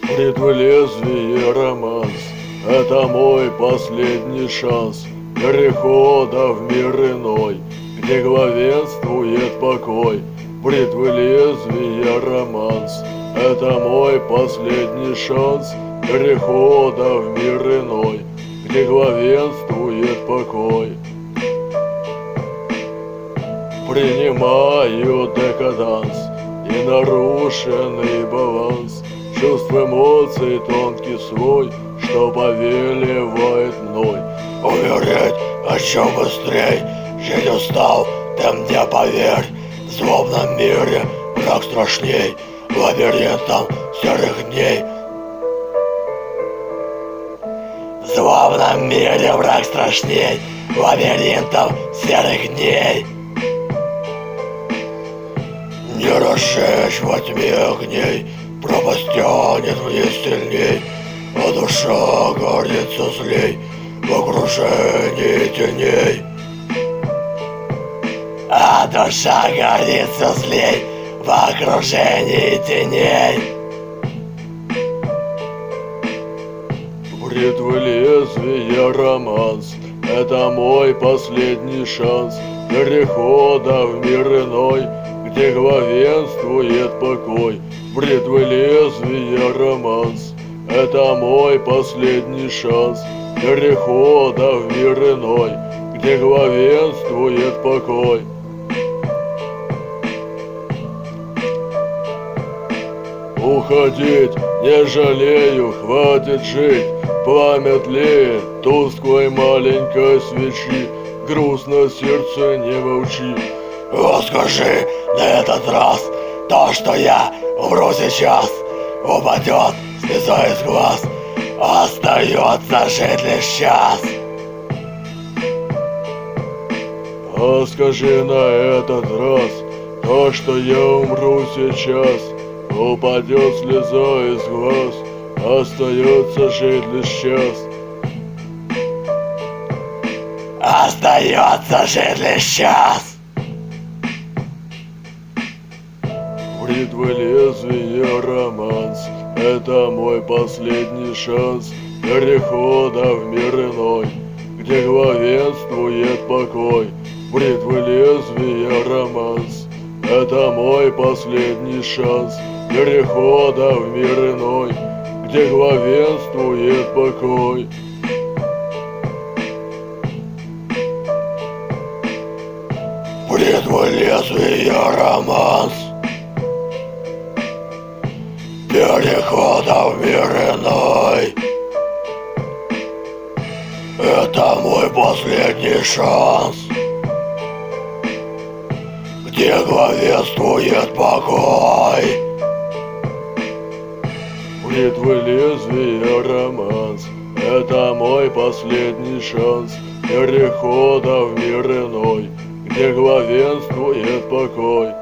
Бритвы лезвие романс — это мой последний шанс перехода в мир иной, где главенствует покой. Бритвы лезвия романс — это мой последний шанс перехода в мир иной, где главенствует покой. Принимаю декаданс и нарушенный баланс чувств, эмоций, тонкий слой, что повелевает мной. Умереть хочу быстрей, жить устал, ты мне поверь. В злобном мире враг страшней, лабиринтом серых дней. В злобном мире враг страшней, лабиринтом серых дней. Не разжечь во тьме огней, пропасть тянет вниз сильней, а душа горится злей в окружении теней. А душа горится злей в окружении теней. Бритвы лезвия романс — это мой последний шанс перехода в мир иной, где главенствует покой. Бритвы лезвия романс — это мой последний шанс перехода в мир иной, где главенствует покой. Уходить не жалею, хватит жить, пламя тлеет тусклой маленькой свечи, грустно сердце, не молчи. Скажи на этот раз то, что я умру сейчас, упадет слеза из глаз, остается жить лишь час. А скажи на этот раз то, что я умру сейчас, упадет слеза из глаз, остается жить лишь час. Остается жить лишь час. Бритвы лезвия романс — это мой последний шанс перехода в мир иной, где главенствует покой. Бритвы лезвия романс — это мой последний шанс перехода в мир иной, где главенствует покой. Бритвы лезвия романс перехода в мир иной — это мой последний шанс, где главенствует покой. Бритвы лезвия романс — это мой последний шанс перехода в мир иной, где главенствует покой.